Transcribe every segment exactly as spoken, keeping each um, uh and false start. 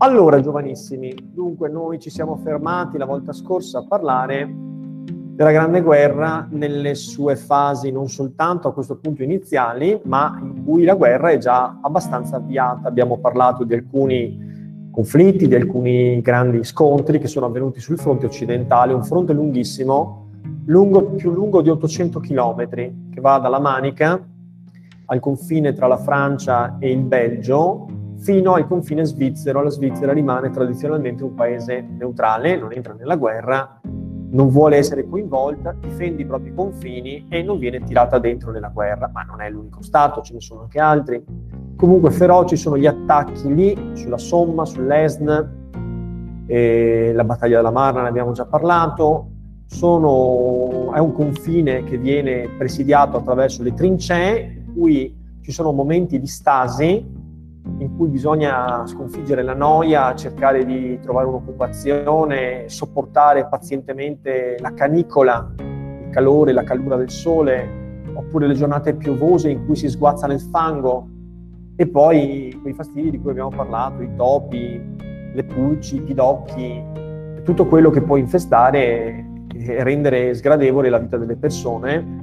Allora, giovanissimi, dunque noi ci siamo fermati la volta scorsa a parlare della Grande Guerra nelle sue fasi non soltanto a questo punto iniziali, ma in cui la guerra è già abbastanza avviata. Abbiamo parlato di alcuni conflitti, di alcuni grandi scontri che sono avvenuti sul fronte occidentale, un fronte lunghissimo, lungo, più lungo di ottocento chilometri, che va dalla Manica al confine tra la Francia e il Belgio, fino al confine svizzero. La Svizzera rimane tradizionalmente un paese neutrale, non entra nella guerra, non vuole essere coinvolta, difende i propri confini e non viene tirata dentro nella guerra, ma non è l'unico stato, ce ne sono anche altri. Comunque feroci sono gli attacchi lì, sulla Somma, sull'Aisne, e la battaglia della Marne ne abbiamo già parlato. Sono, è un confine che viene presidiato attraverso le trincee, in cui ci sono momenti di stasi, in cui bisogna sconfiggere la noia, cercare di trovare un'occupazione, sopportare pazientemente la canicola, il calore, la calura del sole, oppure le giornate piovose in cui si sguazza nel fango, e poi quei fastidi di cui abbiamo parlato, i topi, le pulci, i pidocchi, tutto quello che può infestare e rendere sgradevole la vita delle persone,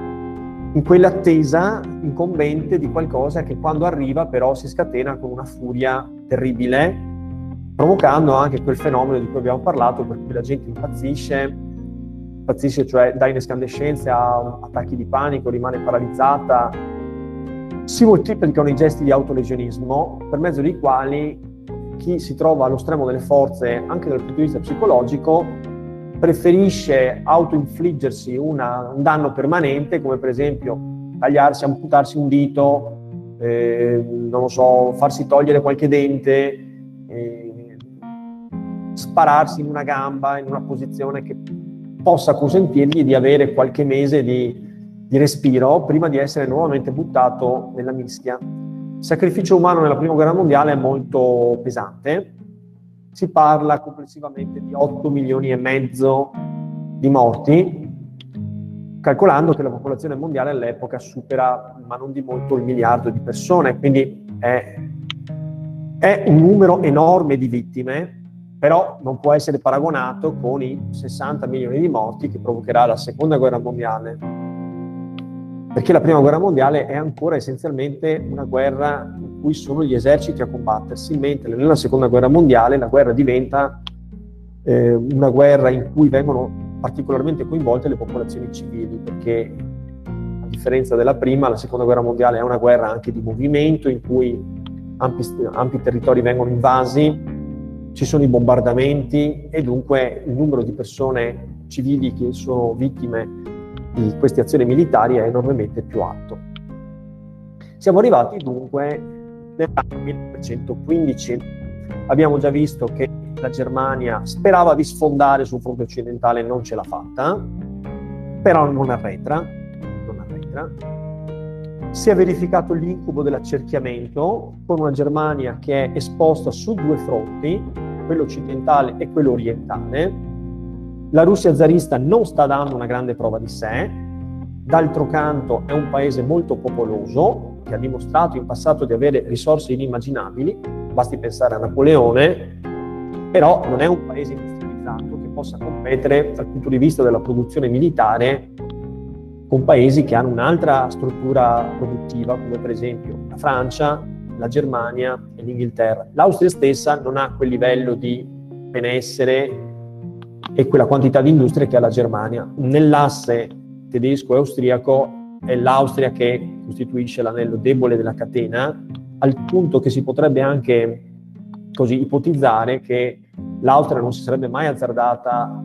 in quell'attesa incombente di qualcosa che quando arriva però si scatena con una furia terribile, provocando anche quel fenomeno di cui abbiamo parlato, per cui la gente impazzisce, impazzisce cioè dà inescandescenze, ha attacchi di panico, rimane paralizzata, si moltiplicano i gesti di autolesionismo, per mezzo dei quali chi si trova allo stremo delle forze, anche dal punto di vista psicologico, preferisce autoinfliggersi una, un danno permanente, come per esempio tagliarsi, amputarsi un dito, eh, non lo so, farsi togliere qualche dente, eh, spararsi in una gamba, in una posizione che possa consentirgli di avere qualche mese di, di respiro prima di essere nuovamente buttato nella mischia. Il sacrificio umano nella Prima Guerra Mondiale è molto pesante. Si parla complessivamente di otto milioni e mezzo di morti, calcolando che la popolazione mondiale all'epoca supera, ma non di molto, il miliardo di persone, quindi è, è un numero enorme di vittime, però non può essere paragonato con i sessanta milioni di morti che provocherà la Seconda Guerra Mondiale, perché la Prima Guerra Mondiale è ancora essenzialmente una guerra in cui sono gli eserciti a combattersi, mentre nella Seconda Guerra Mondiale la guerra diventa eh, una guerra in cui vengono particolarmente coinvolte le popolazioni civili, perché a differenza della prima, la Seconda Guerra Mondiale è una guerra anche di movimento, in cui ampi, ampi territori vengono invasi, ci sono i bombardamenti e dunque il numero di persone civili che sono vittime di queste azioni militari è enormemente più alto. Siamo arrivati dunque nell'anno millenovecentoquindici. Abbiamo già visto che la Germania sperava di sfondare sul fronte occidentale, non ce l'ha fatta, però non arretra, non arretra. Si è verificato l'incubo dell'accerchiamento, con una Germania che è esposta su due fronti, quello occidentale e quello orientale. La Russia zarista non sta dando una grande prova di sé, d'altro canto è un paese molto popoloso, che ha dimostrato in passato di avere risorse inimmaginabili, basti pensare a Napoleone, però non è un paese industrializzato che possa competere dal punto di vista della produzione militare con paesi che hanno un'altra struttura produttiva, come per esempio la Francia, la Germania e l'Inghilterra. L'Austria stessa non ha quel livello di benessere e quella quantità di industria che ha la Germania. Nell'asse tedesco e austriaco è l'Austria che costituisce l'anello debole della catena, al punto che si potrebbe anche così ipotizzare che l'Austria non si sarebbe mai azzardata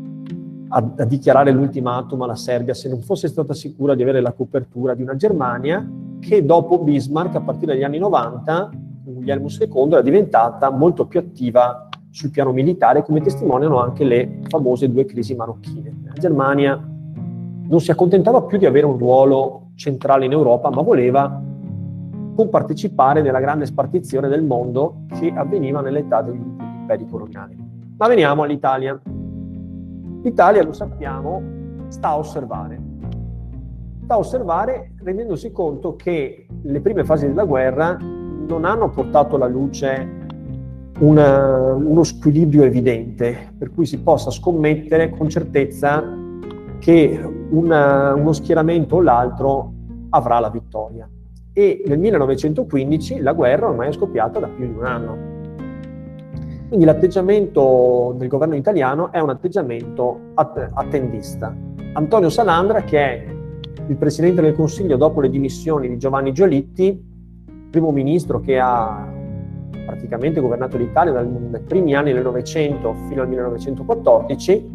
a, a dichiarare l'ultimatum alla Serbia se non fosse stata sicura di avere la copertura di una Germania che dopo Bismarck, a partire dagli anni novanta, Guglielmo secondo, era diventata molto più attiva sul piano militare, come testimoniano anche le famose due crisi marocchine. La Germania non si accontentava più di avere un ruolo centrale in Europa, ma voleva compartecipare nella grande spartizione del mondo che avveniva nell'età degli imperi coloniali. Ma veniamo all'Italia. L'Italia, lo sappiamo, sta a osservare. Sta a osservare rendendosi conto che le prime fasi della guerra non hanno portato alla luce una, uno squilibrio evidente, per cui si possa scommettere con certezza che una, uno schieramento o l'altro avrà la vittoria. E nel millenovecentoquindici la guerra ormai è scoppiata da più di un anno. Quindi l'atteggiamento del governo italiano è un atteggiamento attendista. Antonio Salandra, che è il Presidente del Consiglio dopo le dimissioni di Giovanni Giolitti, primo ministro che ha praticamente governato l'Italia dai primi anni del Novecento fino al millenovecentoquattordici,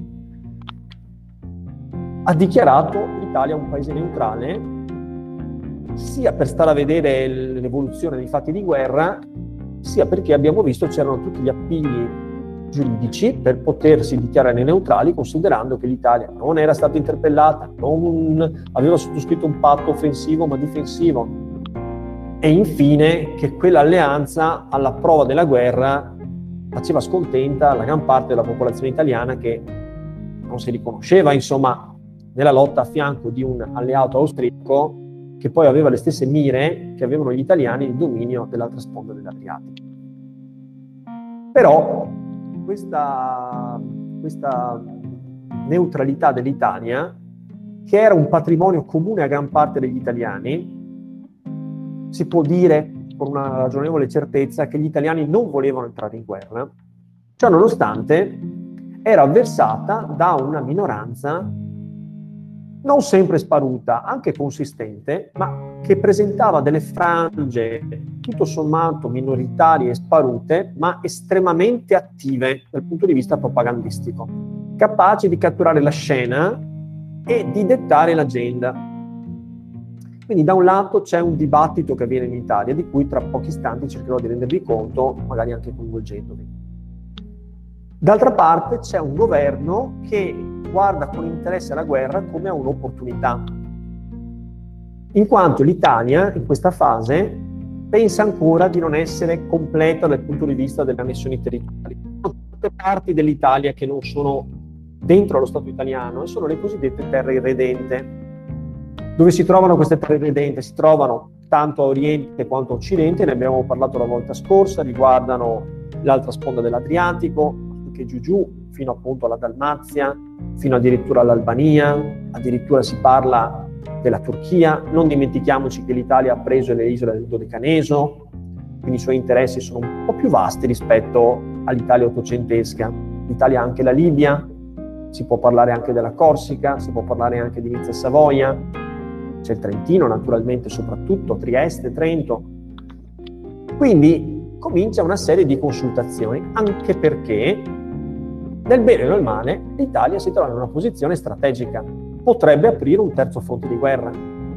ha dichiarato l'Italia un paese neutrale, sia per stare a vedere l'evoluzione dei fatti di guerra, sia perché abbiamo visto c'erano tutti gli appigli giuridici per potersi dichiarare neutrali, considerando che l'Italia non era stata interpellata, non aveva sottoscritto un patto offensivo ma difensivo, e infine che quell'alleanza alla prova della guerra faceva scontenta la gran parte della popolazione italiana che non si riconosceva, insomma, nella lotta a fianco di un alleato austriaco che poi aveva le stesse mire che avevano gli italiani di dominio dell'altra sponda dell'Adriatico. Però questa, questa neutralità dell'Italia, che era un patrimonio comune a gran parte degli italiani, si può dire con una ragionevole certezza che gli italiani non volevano entrare in guerra, ciò nonostante era avversata da una minoranza non sempre sparuta, anche consistente, ma che presentava delle frange tutto sommato minoritarie e sparute, ma estremamente attive dal punto di vista propagandistico, capaci di catturare la scena e di dettare l'agenda. Quindi da un lato c'è un dibattito che avviene in Italia, di cui tra pochi istanti cercherò di rendervi conto, magari anche coinvolgendovi. D'altra parte c'è un governo che guarda con interesse alla guerra come a un'opportunità, in quanto l'Italia in questa fase pensa ancora di non essere completa dal punto di vista delle annessioni territoriali. Ci sono tutte parti dell'Italia che non sono dentro allo Stato italiano e sono le cosiddette terre irredente. Dove si trovano queste terre irredente? Si trovano tanto a oriente quanto a occidente, ne abbiamo parlato la volta scorsa, riguardano l'altra sponda dell'Adriatico, anche giù giù, fino appunto alla Dalmazia, fino addirittura all'Albania, addirittura si parla della Turchia. Non dimentichiamoci che l'Italia ha preso le isole del Dodecaneso, quindi i suoi interessi sono un po' più vasti rispetto all'Italia ottocentesca. L'Italia ha anche la Libia, si può parlare anche della Corsica, si può parlare anche di Nizza e Savoia, c'è il Trentino naturalmente, soprattutto Trieste, Trento. Quindi comincia una serie di consultazioni, anche perché nel bene e nel male l'Italia si trova in una posizione strategica. Potrebbe aprire un terzo fronte di guerra.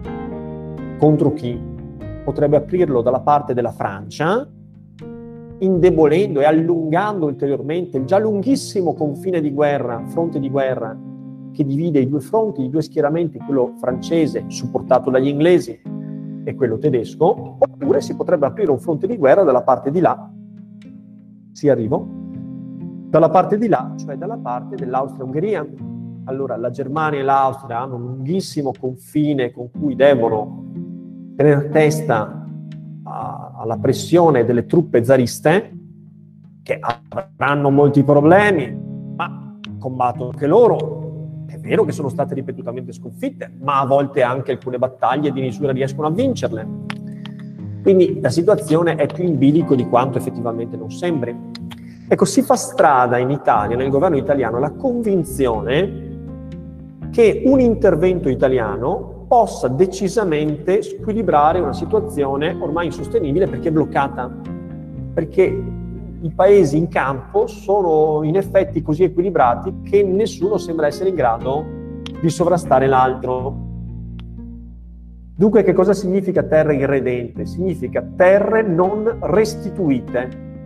Contro chi? Potrebbe aprirlo dalla parte della Francia, indebolendo e allungando ulteriormente il già lunghissimo confine di guerra, fronte di guerra, che divide i due fronti, i due schieramenti, quello francese supportato dagli inglesi e quello tedesco, oppure si potrebbe aprire un fronte di guerra dalla parte di là, sì arrivo, dalla parte di là, cioè dalla parte dell'Austria-Ungheria. Allora la Germania e l'Austria hanno un lunghissimo confine con cui devono tenere testa a, alla pressione delle truppe zariste, che avranno molti problemi, ma combattono anche loro. È vero che sono state ripetutamente sconfitte, ma a volte anche alcune battaglie di misura riescono a vincerle. Quindi la situazione è più in bilico di quanto effettivamente non sembri. Ecco, si fa strada in Italia, nel governo italiano, la convinzione che un intervento italiano possa decisamente squilibrare una situazione ormai insostenibile perché è bloccata, perché i paesi in campo sono in effetti così equilibrati che nessuno sembra essere in grado di sovrastare l'altro. Dunque, che cosa significa terre irredente? Significa terre non restituite,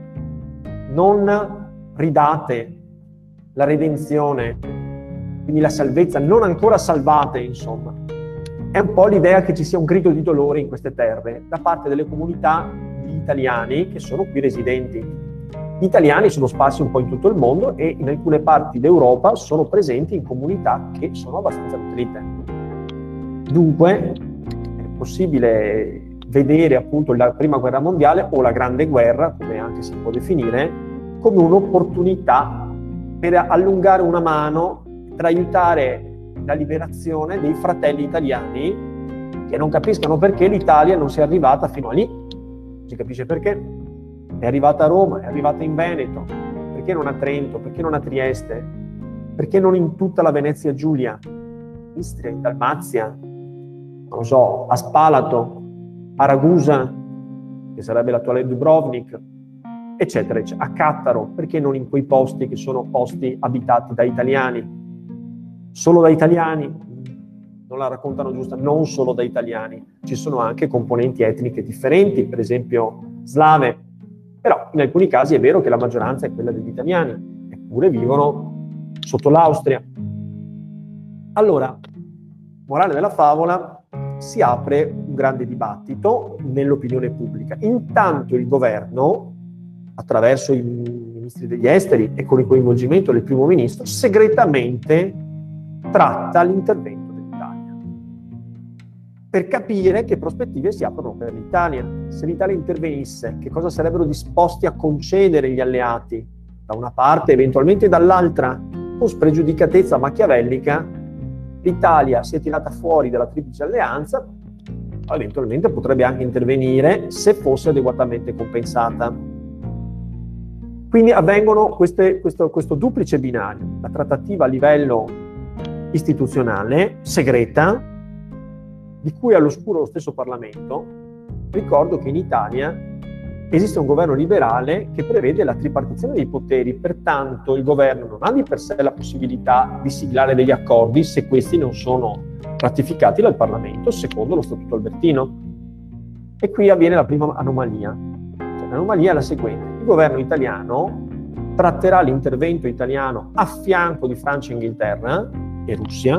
non ridate, la redenzione, quindi la salvezza, non ancora salvate, insomma. È un po' l'idea che ci sia un grido di dolore in queste terre da parte delle comunità di italiani che sono qui residenti. Gli italiani sono sparsi un po' in tutto il mondo e in alcune parti d'Europa sono presenti in comunità che sono abbastanza nutrite. Dunque è possibile vedere appunto la prima guerra mondiale o la grande guerra, come anche si può definire, come un'opportunità per allungare una mano, per aiutare la liberazione dei fratelli italiani che non capiscano perché l'Italia non sia arrivata fino a lì. Si capisce perché. È arrivata a Roma, è arrivata in Veneto, perché non a Trento, perché non a Trieste, perché non in tutta la Venezia Giulia, Istria, in Dalmazia, non lo so, a Spalato, a Ragusa, che sarebbe l'attuale Dubrovnik, eccetera, eccetera, a Cattaro, perché non in quei posti che sono posti abitati da italiani, solo da italiani, non la raccontano giusta, non solo da italiani, ci sono anche componenti etniche differenti, per esempio slave, però in alcuni casi è vero che la maggioranza è quella degli italiani, eppure vivono sotto l'Austria. Allora, morale della favola, si apre un grande dibattito nell'opinione pubblica. Intanto il governo, attraverso i ministri degli esteri e con il coinvolgimento del primo ministro, segretamente tratta l'intervento dell'Italia per capire che prospettive si aprono per l'Italia. Se l'Italia intervenisse, che cosa sarebbero disposti a concedere gli alleati da una parte, eventualmente dall'altra, con spregiudicatezza machiavellica. L'Italia si è tirata fuori dalla triplice alleanza, eventualmente potrebbe anche intervenire se fosse adeguatamente compensata. Quindi avvengono queste, questo, questo duplice binario, la trattativa a livello istituzionale, segreta, di cui è all'oscuro lo stesso Parlamento. Ricordo che in Italia esiste un governo liberale che prevede la tripartizione dei poteri, pertanto il governo non ha di per sé la possibilità di siglare degli accordi se questi non sono ratificati dal Parlamento secondo lo Statuto Albertino. E qui avviene la prima anomalia. Cioè, l'anomalia è la seguente: il governo italiano tratterà l'intervento italiano a fianco di Francia, Inghilterra e Russia,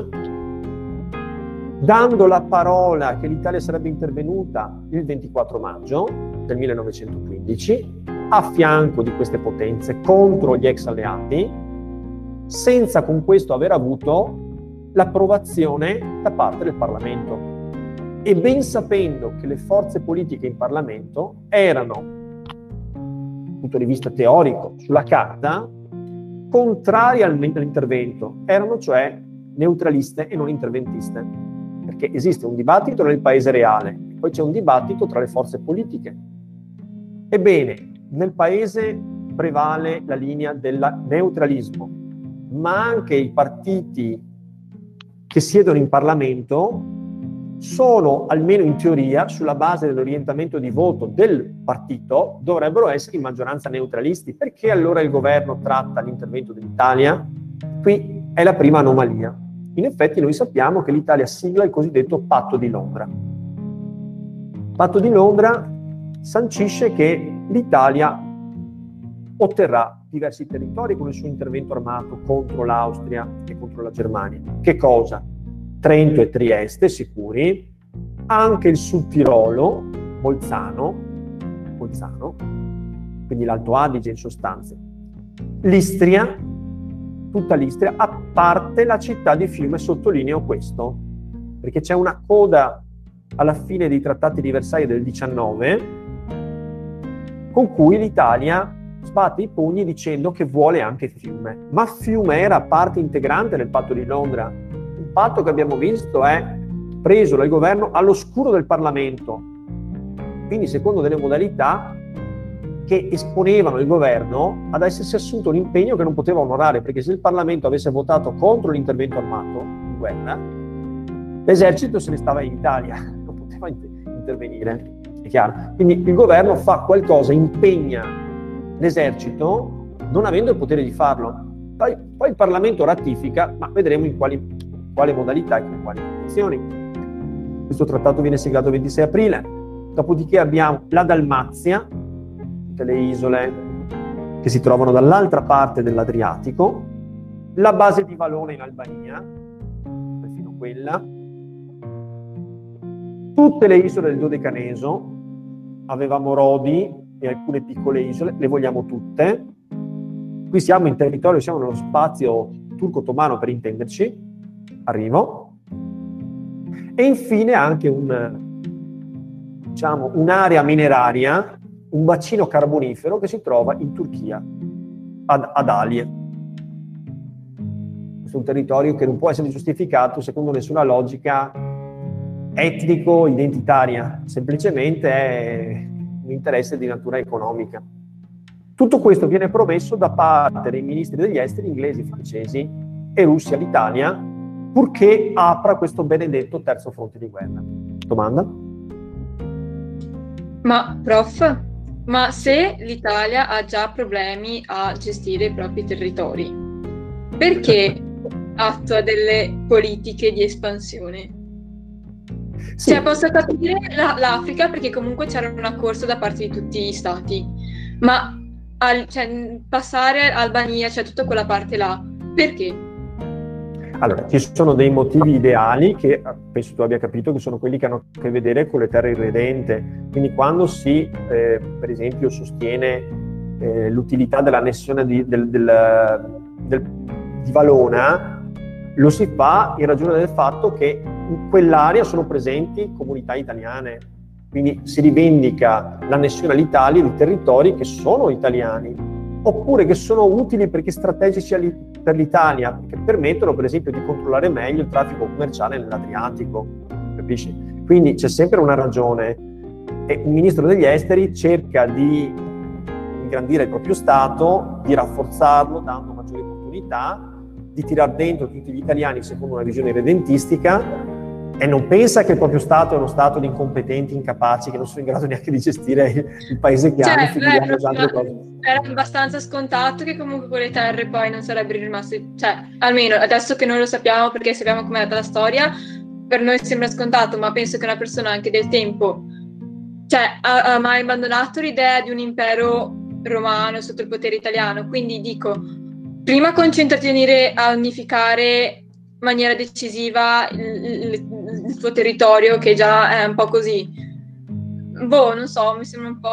dando la parola che l'Italia sarebbe intervenuta il ventiquattro maggio del millenovecentoquindici a fianco di queste potenze contro gli ex alleati, senza con questo aver avuto l'approvazione da parte del Parlamento, e ben sapendo che le forze politiche in Parlamento erano, dal punto di vista teorico, sulla carta, contrarie all'intervento, erano cioè neutraliste e non interventiste. Perché esiste un dibattito nel paese reale, poi c'è un dibattito tra le forze politiche. Ebbene, nel paese prevale la linea del neutralismo, ma anche i partiti che siedono in Parlamento sono, almeno in teoria, sulla base dell'orientamento di voto del partito, dovrebbero essere in maggioranza neutralisti. Perché allora il governo tratta l'intervento dell'Italia? Qui è la prima anomalia. In effetti noi sappiamo che l'Italia sigla il cosiddetto Patto di Londra. Il Patto di Londra sancisce che l'Italia otterrà diversi territori con il suo intervento armato contro l'Austria e contro la Germania. Che cosa? Trento e Trieste sicuri, anche il Sud Tirolo, Bolzano, Bolzano, quindi l'Alto Adige in sostanza, l'Istria, tutta l'Istria, a parte la città di Fiume. Sottolineo questo, perché c'è una coda alla fine dei trattati di Versailles del diciannove, con cui l'Italia sbatte i pugni dicendo che vuole anche Fiume. Ma Fiume era parte integrante del Patto di Londra, un patto che abbiamo visto è preso dal governo all'oscuro del Parlamento, quindi secondo delle modalità che esponevano il governo ad essersi assunto un impegno che non poteva onorare, perché se il Parlamento avesse votato contro l'intervento armato in guerra, l'esercito se ne stava in Italia, non poteva intervenire, è chiaro. Quindi il governo fa qualcosa, impegna l'esercito, non avendo il potere di farlo. Poi, poi il Parlamento ratifica, ma vedremo in quali, quale modalità e con quali condizioni. Questo trattato viene siglato il ventisei aprile, dopodiché abbiamo la Dalmazia, le isole che si trovano dall'altra parte dell'Adriatico, la base di Valona in Albania, perfino quella, tutte le isole del Dodecaneso, avevamo Rodi e alcune piccole isole, le vogliamo tutte. Qui siamo in territorio, siamo nello spazio turco-ottomano per intenderci, arrivo. E infine anche un, diciamo, un'area mineraria, un bacino carbonifero che si trova in Turchia. ad, ad Alie. Questo è un territorio che non può essere giustificato secondo nessuna logica etnico-identitaria, semplicemente è un interesse di natura economica. Tutto questo viene promesso da parte dei ministri degli esteri inglesi, francesi e russi all'Italia, purché apra questo benedetto terzo fronte di guerra. Domanda? Ma prof, ma se l'Italia ha già problemi a gestire i propri territori, perché attua delle politiche di espansione? Sì. Cioè, posso capire la, l'Africa perché comunque c'era una corsa da parte di tutti gli stati, ma al, cioè, passare Albania, cioè tutta quella parte là, perché? Allora, ci sono dei motivi ideali che penso tu abbia capito che sono quelli che hanno a che vedere con le terre irredente. Quindi quando si, eh, per esempio, sostiene eh, l'utilità dell'annessione di, del, del, del, di Valona, lo si fa in ragione del fatto che in quell'area sono presenti comunità italiane. Quindi si rivendica l'annessione all'Italia di territori che sono italiani, oppure che sono utili perché strategici per l'Italia, che permettono per esempio di controllare meglio il traffico commerciale nell'Adriatico, capisci? Quindi c'è sempre una ragione e il ministro degli esteri cerca di ingrandire il proprio Stato, di rafforzarlo dando maggiori opportunità, di tirar dentro tutti gli italiani secondo una visione redentistica, e non pensa che il proprio Stato è uno Stato di incompetenti, incapaci, che non sono in grado neanche di gestire il paese che cioè, hanno, figuriamoci beh, altre cose. Era abbastanza scontato che comunque quelle terre poi non sarebbero rimaste, cioè, almeno adesso che noi lo sappiamo perché sappiamo com'è andata la storia, per noi sembra scontato, ma penso che una persona anche del tempo, cioè, ha, ha mai abbandonato l'idea di un impero romano sotto il potere italiano, quindi dico, prima concentrati a unire, a unificare in maniera decisiva il, il, il tuo territorio, che già è un po' così. Boh, non so, mi sembra un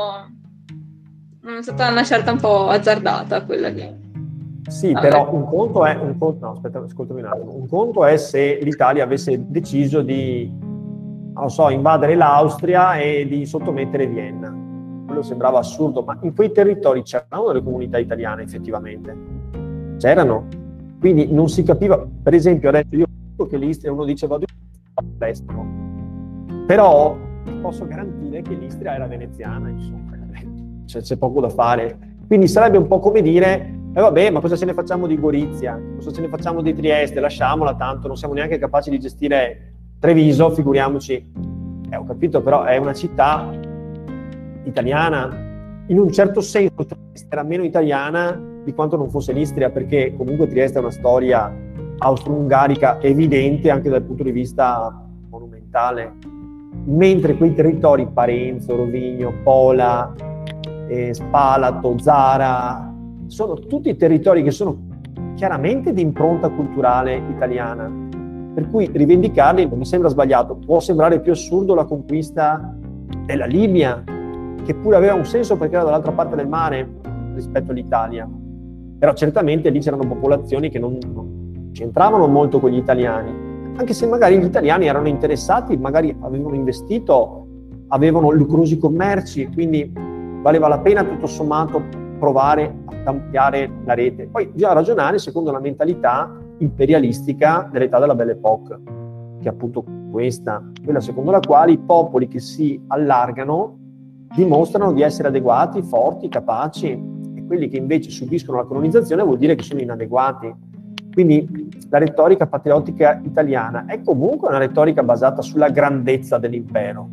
po'... è stata una scelta un po' azzardata quella lì. Sì, Vabbè. però un conto è un conto, no, aspetta, ascoltami un attimo. Un conto è se l'Italia avesse deciso di, non so, invadere l'Austria e di sottomettere Vienna. Quello sembrava assurdo, ma in quei territori c'erano delle comunità italiane effettivamente. C'erano. Quindi non si capiva, per esempio adesso io dico che l'Istria, uno dice vado all'estero, però posso garantire che l'Istria era veneziana, insomma, c'è, c'è poco da fare. Quindi sarebbe un po' come dire, eh vabbè, ma cosa ce ne facciamo di Gorizia? Cosa ce ne facciamo di Trieste? Lasciamola, tanto non siamo neanche capaci di gestire Treviso, figuriamoci. Eh, ho capito, però è una città italiana. In un certo senso Trieste era meno italiana di quanto non fosse l'Istria, perché comunque Trieste è una storia austro-ungarica evidente anche dal punto di vista monumentale, mentre quei territori, Parenzo, Rovigno, Pola, eh, Spalato, Zara, sono tutti territori che sono chiaramente di impronta culturale italiana, per cui rivendicarli non mi sembra sbagliato. Può sembrare più assurdo la conquista della Libia, che pure aveva un senso perché era dall'altra parte del mare rispetto all'Italia, però certamente lì c'erano popolazioni che non, non c'entravano molto con gli italiani, anche se magari gli italiani erano interessati, magari avevano investito, avevano lucrosi commerci, quindi valeva la pena tutto sommato provare ad ampliare la rete. Poi bisogna ragionare secondo la mentalità imperialistica dell'età della Belle Époque, che è appunto questa, quella secondo la quale i popoli che si allargano dimostrano di essere adeguati, forti, capaci, quelli che invece subiscono la colonizzazione vuol dire che sono inadeguati. Quindi la retorica patriottica italiana è comunque una retorica basata sulla grandezza dell'impero.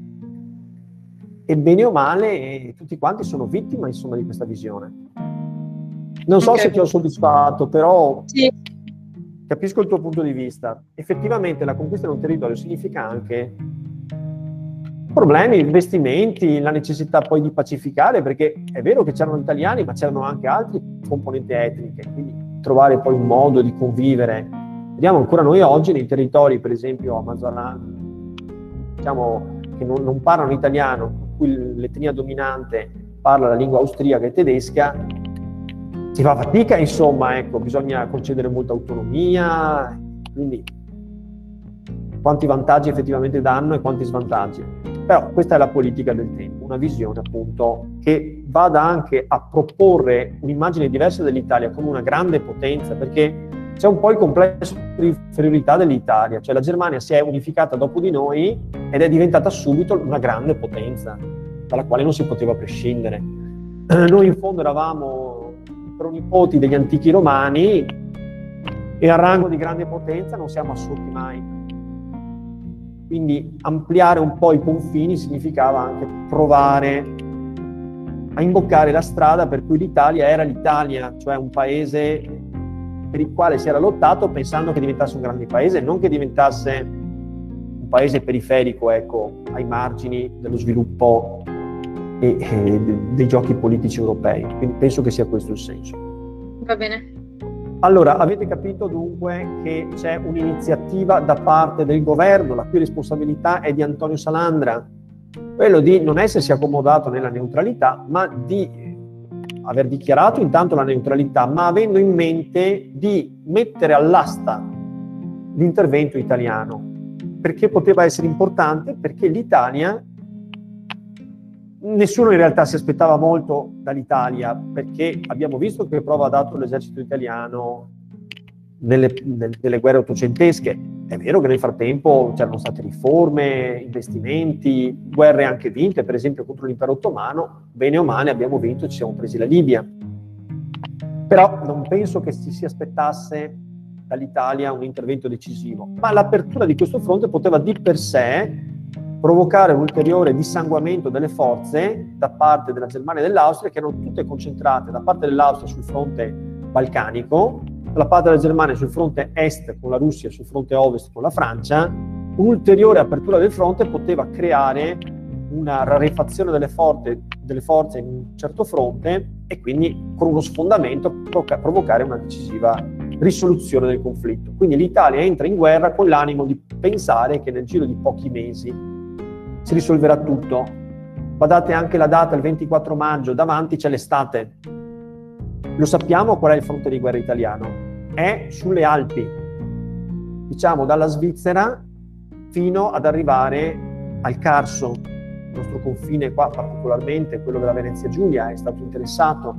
E bene o male tutti quanti sono vittime, insomma, di questa visione. Non so okay. se ti ho soddisfatto, però sì. Capisco il tuo punto di vista. Effettivamente la conquista di un territorio significa anche problemi, investimenti, la necessità poi di pacificare, perché è vero che c'erano italiani, ma c'erano anche altre componenti etniche, quindi trovare poi un modo di convivere. Vediamo ancora noi oggi nei territori, per esempio amazonani, diciamo che non, non parlano italiano, con cui l'etnia dominante parla la lingua austriaca e tedesca, si fa fatica, insomma, ecco, bisogna concedere molta autonomia, quindi quanti vantaggi effettivamente danno e quanti svantaggi. Però questa è la politica del tempo, una visione appunto che vada anche a proporre un'immagine diversa dell'Italia come una grande potenza, perché c'è un po' il complesso di inferiorità dell'Italia, cioè la Germania si è unificata dopo di noi ed è diventata subito una grande potenza dalla quale non si poteva prescindere. Noi in fondo eravamo i pronipoti degli antichi romani e al rango di grande potenza non siamo assurti mai. Quindi ampliare un po' i confini significava anche provare a imboccare la strada per cui l'Italia era l'Italia, cioè un paese per il quale si era lottato pensando che diventasse un grande paese, non che diventasse un paese periferico, ecco, ai margini dello sviluppo e, e dei giochi politici europei. Quindi penso che sia questo il senso. Va bene. Allora, avete capito dunque che c'è un'iniziativa da parte del governo, la cui responsabilità è di Antonio Salandra, quello di non essersi accomodato nella neutralità, ma di aver dichiarato intanto la neutralità, ma avendo in mente di mettere all'asta l'intervento italiano. Perché poteva essere importante? Perché l'Italia, nessuno in realtà si aspettava molto dall'Italia, perché abbiamo visto che prova ha dato l'esercito italiano nelle, nelle guerre ottocentesche. È vero che nel frattempo c'erano state riforme, investimenti, guerre anche vinte, per esempio contro l'impero ottomano, bene o male abbiamo vinto e ci siamo presi la Libia. Però non penso che si, si aspettasse dall'Italia un intervento decisivo, ma l'apertura di questo fronte poteva di per sé provocare un ulteriore dissanguamento delle forze da parte della Germania e dell'Austria, che erano tutte concentrate da parte dell'Austria sul fronte balcanico, dalla parte della Germania sul fronte est con la Russia, sul fronte ovest con la Francia. Un'ulteriore apertura del fronte poteva creare una rarefazione delle, forte, delle forze in un certo fronte e quindi con uno sfondamento provoca, provocare una decisiva risoluzione del conflitto. Quindi l'Italia entra in guerra con l'animo di pensare che nel giro di pochi mesi si risolverà tutto. Badate anche la data, il ventiquattro maggio, davanti c'è l'estate. Lo sappiamo qual è il fronte di guerra italiano? È sulle Alpi, diciamo dalla Svizzera fino ad arrivare al Carso. Il nostro confine qua, particolarmente quello della Venezia Giulia, è stato interessato.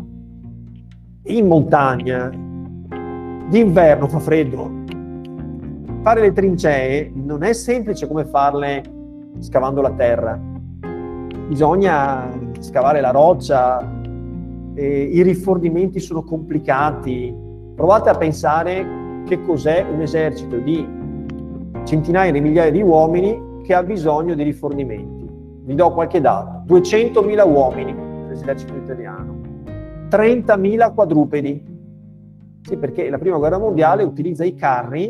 In montagna, d'inverno fa freddo. Fare le trincee non è semplice come farle scavando la terra. Bisogna scavare la roccia, eh, i rifornimenti sono complicati. Provate a pensare che cos'è un esercito di centinaia di migliaia di uomini che ha bisogno di rifornimenti. Vi do qualche dato: duecentomila uomini l'esercito italiano, trentamila quadrupedi. Sì, perché la prima guerra mondiale utilizza i carri,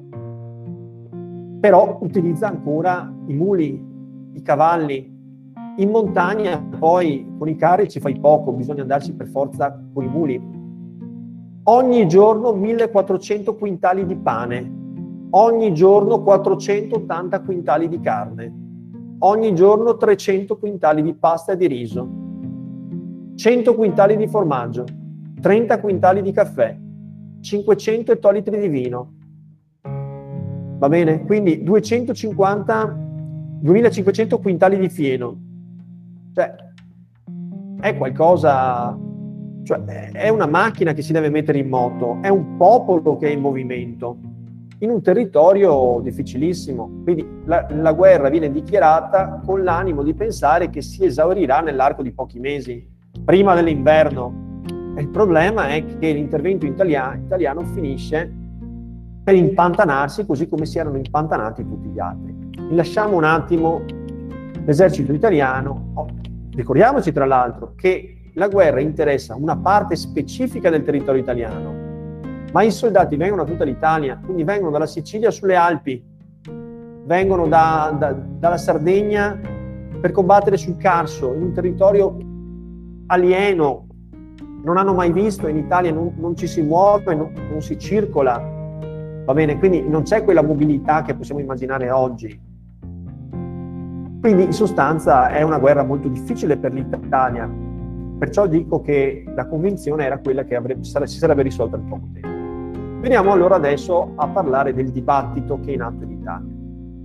però utilizza ancora i muli, i cavalli. In montagna poi con i carri ci fai poco, bisogna andarci per forza con i muli. Ogni giorno millequattrocento quintali di pane, ogni giorno quattrocentottanta quintali di carne, ogni giorno trecento quintali di pasta e di riso, cento quintali di formaggio, trenta quintali di caffè, cinquecento ettolitri di vino. Va bene? Quindi duecentocinquanta, duemilacinquecento quintali di fieno. Cioè, è qualcosa... Cioè, è una macchina che si deve mettere in moto, è un popolo che è in movimento, in un territorio difficilissimo. Quindi la, la guerra viene dichiarata con l'animo di pensare che si esaurirà nell'arco di pochi mesi, prima dell'inverno. E il problema è che l'intervento italiano, italiano finisce per impantanarsi così come si erano impantanati tutti gli altri. Lasciamo un attimo l'esercito italiano. Oh, ricordiamoci tra l'altro che la guerra interessa una parte specifica del territorio italiano, ma i soldati vengono da tutta l'Italia, quindi vengono dalla Sicilia sulle Alpi, vengono da, da, dalla Sardegna per combattere sul Carso, in un territorio alieno, non hanno mai visto, in Italia non, non ci si muove, non, non si circola, va bene? Quindi non c'è quella mobilità che possiamo immaginare oggi. Quindi in sostanza è una guerra molto difficile per l'Italia. Perciò dico che la convinzione era quella che avrebbe, si sarebbe risolta in poco tempo. Veniamo allora adesso a parlare del dibattito che è in atto in Italia.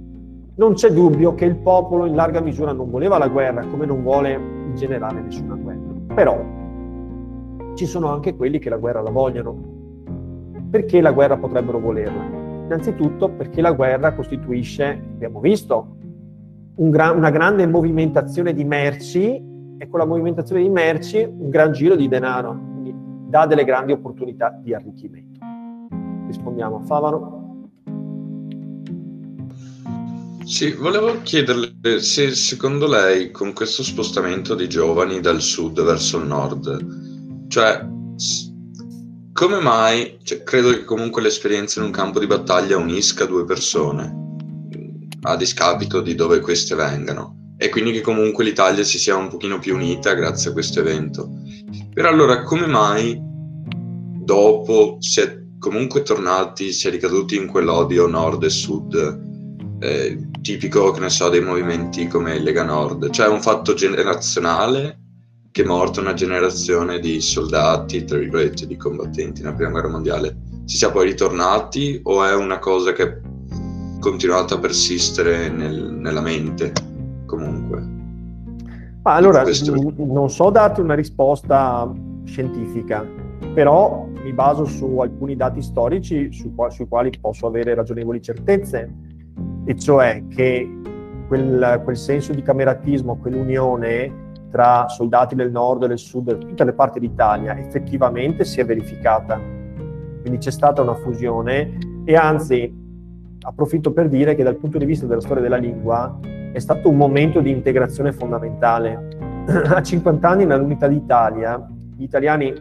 non c'è dubbio che il popolo in larga misura non voleva la guerra, come non vuole in generale nessuna guerra. Però ci sono anche quelli che la guerra la vogliono. Perché la guerra potrebbero volerla? Innanzitutto perché la guerra costituisce, abbiamo visto, un gra- una grande movimentazione di merci, e con la movimentazione di merci un gran giro di denaro, quindi dà delle grandi opportunità di arricchimento. Rispondiamo a Favaro. Sì, volevo chiederle se secondo lei con questo spostamento di giovani dal sud verso il nord, cioè come mai, cioè, credo che comunque l'esperienza in un campo di battaglia unisca due persone a discapito di dove queste vengano, e quindi che comunque l'Italia si sia un pochino più unita grazie a questo evento. Però allora come mai dopo si è comunque tornati, si è ricaduti in quell'odio nord e sud eh, tipico, che ne so, dei movimenti come Lega Nord? Cioè è un fatto generazionale che è morta una generazione di soldati, tra virgolette, di combattenti nella prima guerra mondiale, si sia poi ritornati, o è una cosa che è continuata a persistere nel, nella mente comunque? Ma allora, questo... non so darti una risposta scientifica, però mi baso su alcuni dati storici su qua, sui quali posso avere ragionevoli certezze, e cioè che quel, quel senso di cameratismo, quell'unione tra soldati del nord e del sud da tutte le parti d'Italia effettivamente si è verificata. Quindi c'è stata una fusione, e anzi approfitto per dire che dal punto di vista della storia della lingua è stato un momento di integrazione fondamentale. A cinquanta anni dall'unità d'Italia, gli italiani,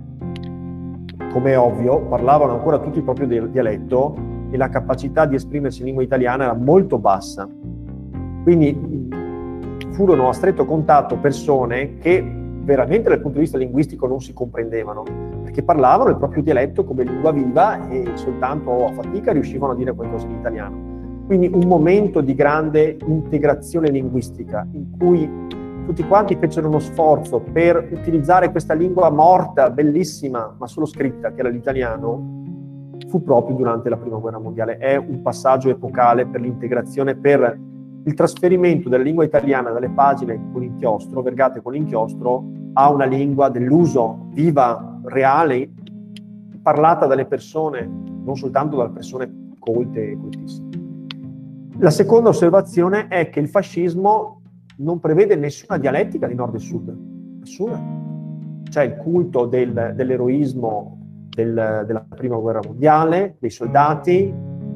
come è ovvio, parlavano ancora tutti il proprio dialetto e la capacità di esprimersi in lingua italiana era molto bassa. Quindi furono a stretto contatto persone che veramente dal punto di vista linguistico non si comprendevano, perché parlavano il proprio dialetto come lingua viva e soltanto a fatica riuscivano a dire qualcosa in italiano. Quindi un momento di grande integrazione linguistica in cui tutti quanti fecero uno sforzo per utilizzare questa lingua morta, bellissima, ma solo scritta, che era l'italiano, fu proprio durante la Prima Guerra Mondiale. È un passaggio epocale per l'integrazione, per il trasferimento della lingua italiana dalle pagine con l'inchiostro, vergate con l'inchiostro, a una lingua dell'uso viva, reale, parlata dalle persone, non soltanto dalle persone colte e coltissime. La seconda osservazione è che il fascismo non prevede nessuna dialettica di nord e sud, nessuna. C'è il culto del, dell'eroismo del, della Prima Guerra Mondiale, dei soldati,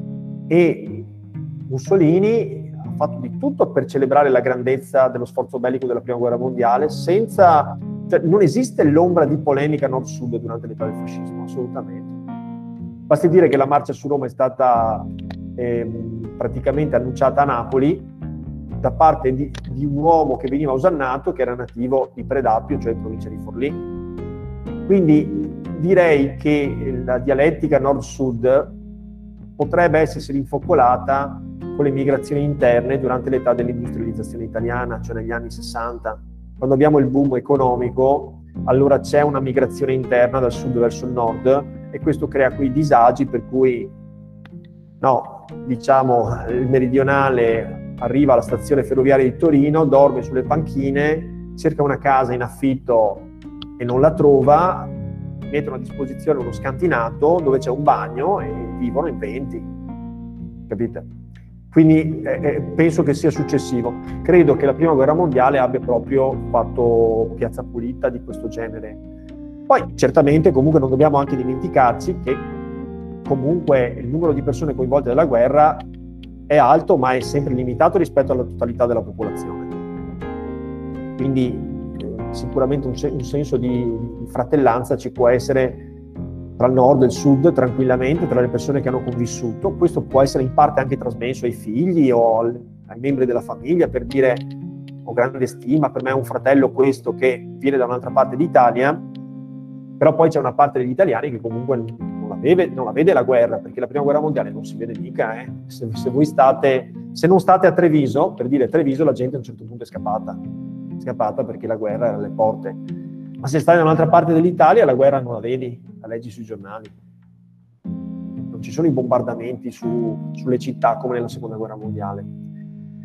e Mussolini ha fatto di tutto per celebrare la grandezza dello sforzo bellico della Prima Guerra Mondiale, senza, cioè, non esiste l'ombra di polemica nord-sud durante l'età del fascismo, assolutamente. Basti dire che la marcia su Roma è stata eh, praticamente annunciata a Napoli da parte di, di un uomo che veniva osannato, che era nativo di Predappio, cioè in provincia di Forlì. Quindi direi che la dialettica nord-sud potrebbe essersi rinfocolata con le migrazioni interne durante l'età dell'industrializzazione italiana, cioè negli anni sessanta. Quando abbiamo il boom economico, allora c'è una migrazione interna dal sud verso il nord, e questo crea quei disagi per cui, no, diciamo, il meridionale arriva alla stazione ferroviaria di Torino, dorme sulle panchine, cerca una casa in affitto e non la trova, mettono a disposizione uno scantinato dove c'è un bagno e vivono in venti, capite? Quindi eh, penso che sia successivo. Credo che la Prima Guerra Mondiale abbia proprio fatto piazza pulita di questo genere. Poi certamente comunque non dobbiamo anche dimenticarci che comunque il numero di persone coinvolte nella guerra è alto, ma è sempre limitato rispetto alla totalità della popolazione. Quindi eh, sicuramente un, un senso di, di fratellanza ci può essere tra il nord e il sud, tranquillamente, tra le persone che hanno convissuto. Questo può essere in parte anche trasmesso ai figli o al, ai membri della famiglia, per dire: ho grande stima, per me è un fratello questo che viene da un'altra parte d'Italia. Però poi c'è una parte degli italiani che comunque non la vede, non la, vede la guerra, perché la Prima Guerra Mondiale non si vede mica. Eh. Se, se voi state, se non state a Treviso, per dire Treviso, la gente a un certo punto è scappata, è scappata perché la guerra era alle porte. Ma se stai da un'altra parte dell'Italia, la guerra non la vedi, la leggi sui giornali. Non ci sono i bombardamenti su, sulle città come nella Seconda Guerra Mondiale.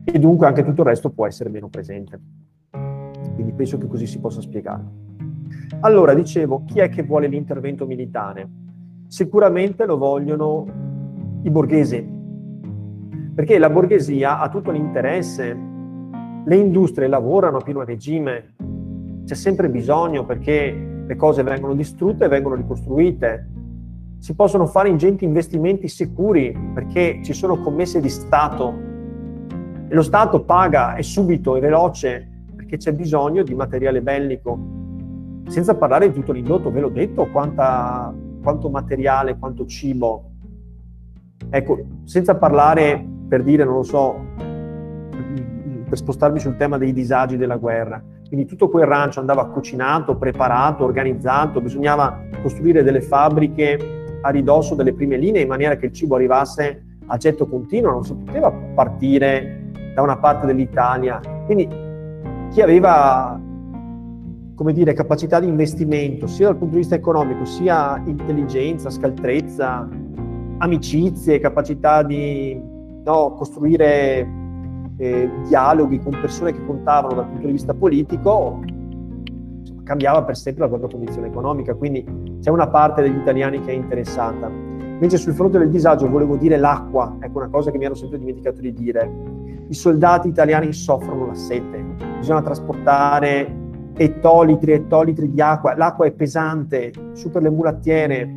e dunque anche tutto il resto può essere meno presente. Quindi penso che così si possa spiegare. Allora, dicevo, chi è che vuole l'intervento militare? Sicuramente lo vogliono i borghesi, perché la borghesia ha tutto l'interesse, le industrie lavorano a pieno regime, c'è sempre bisogno perché le cose vengono distrutte e vengono ricostruite, si possono fare ingenti investimenti sicuri perché ci sono commesse di Stato e lo Stato paga, è subito e veloce perché c'è bisogno di materiale bellico, senza parlare di tutto l'indotto, ve l'ho detto, quanta, quanto materiale, quanto cibo. Ecco, senza parlare, per dire, non lo so, per spostarmi sul tema dei disagi della guerra. Quindi tutto quel rancio andava cucinato, preparato, organizzato, bisognava costruire delle fabbriche a ridosso delle prime linee in maniera che il cibo arrivasse a getto continuo, non si poteva partire da una parte dell'Italia. Quindi chi aveva, come dire, capacità di investimento sia dal punto di vista economico, sia intelligenza, scaltrezza, amicizie, capacità di no, costruire eh, dialoghi con persone che contavano dal punto di vista politico, insomma, cambiava per sempre la propria condizione economica. Quindi c'è una parte degli italiani che è interessata. Invece sul fronte del disagio volevo dire l'acqua, ecco una cosa che mi ero sempre dimenticato di dire. I soldati italiani soffrono la sete, bisogna trasportare ettolitri e ettolitri di acqua, l'acqua è pesante, su per le mulattiere,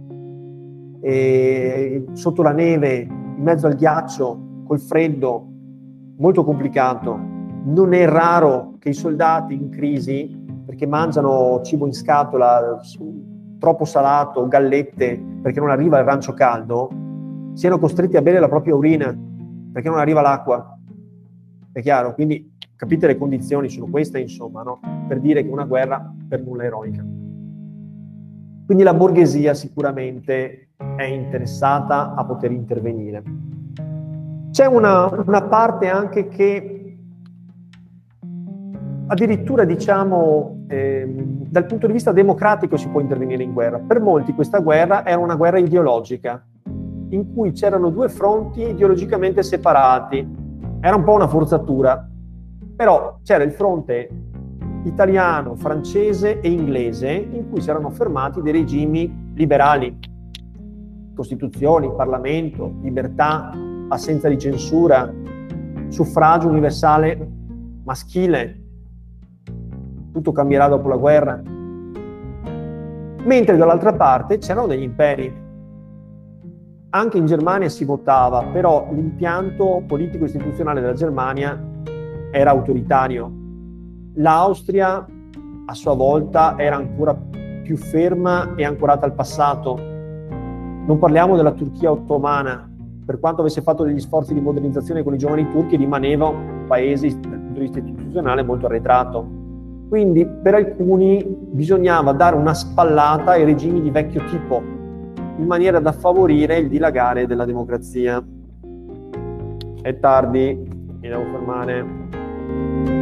e sotto la neve, in mezzo al ghiaccio, col freddo, molto complicato. Non è raro che i soldati in crisi, perché mangiano cibo in scatola, troppo salato, gallette, perché non arriva il rancio caldo, siano costretti a bere la propria urina, perché non arriva l'acqua. È chiaro? Quindi capite le condizioni sono queste, insomma, no? Per dire che una guerra per nulla eroica. Quindi la borghesia sicuramente è interessata a poter intervenire. C'è una, una parte anche che addirittura, diciamo, eh, dal punto di vista democratico si può intervenire in guerra. Per molti questa guerra era una guerra ideologica, in cui c'erano due fronti ideologicamente separati. Era un po' una forzatura, però c'era il fronte italiano, francese e inglese, in cui si erano affermati dei regimi liberali, costituzioni, Parlamento, libertà, assenza di censura, suffragio universale maschile, tutto cambierà dopo la guerra. Mentre dall'altra parte c'erano degli imperi. Anche in Germania si votava, però l'impianto politico-istituzionale della Germania era autoritario. L'Austria, a sua volta, era ancora più ferma e ancorata al passato. Non parliamo della Turchia ottomana, per quanto avesse fatto degli sforzi di modernizzazione con i giovani turchi, rimaneva un paese dal punto di vista istituzionale molto arretrato. Quindi per alcuni bisognava dare una spallata ai regimi di vecchio tipo, in maniera da favorire il dilagare della democrazia. È tardi, mi devo fermare.